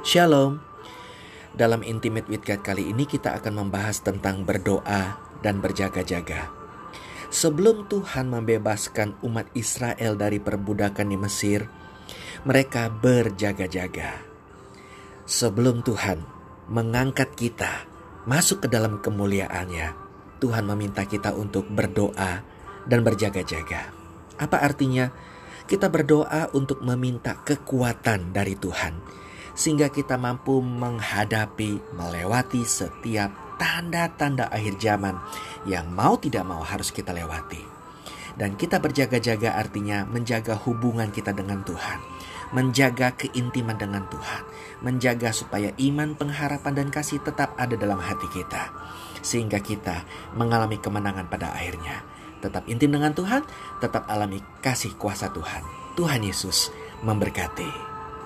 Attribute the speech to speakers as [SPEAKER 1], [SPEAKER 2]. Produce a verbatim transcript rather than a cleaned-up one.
[SPEAKER 1] Shalom. Dalam Intimate with God kali ini kita akan membahas tentang berdoa dan berjaga-jaga. Sebelum Tuhan membebaskan umat Israel dari perbudakan di Mesir, mereka berjaga-jaga. Sebelum Tuhan mengangkat kita masuk ke dalam kemuliaannya, Tuhan meminta kita untuk berdoa dan berjaga-jaga. Apa artinya? Kita berdoa untuk meminta kekuatan dari Tuhan, sehingga kita mampu menghadapi, melewati setiap tanda-tanda akhir zaman yang mau tidak mau harus kita lewati. Dan kita berjaga-jaga artinya menjaga hubungan kita dengan Tuhan, menjaga keintiman dengan Tuhan, menjaga supaya iman, pengharapan, dan kasih tetap ada dalam hati kita, sehingga kita mengalami kemenangan pada akhirnya. Tetap intim dengan Tuhan, tetap alami kasih kuasa Tuhan. Tuhan Yesus memberkati.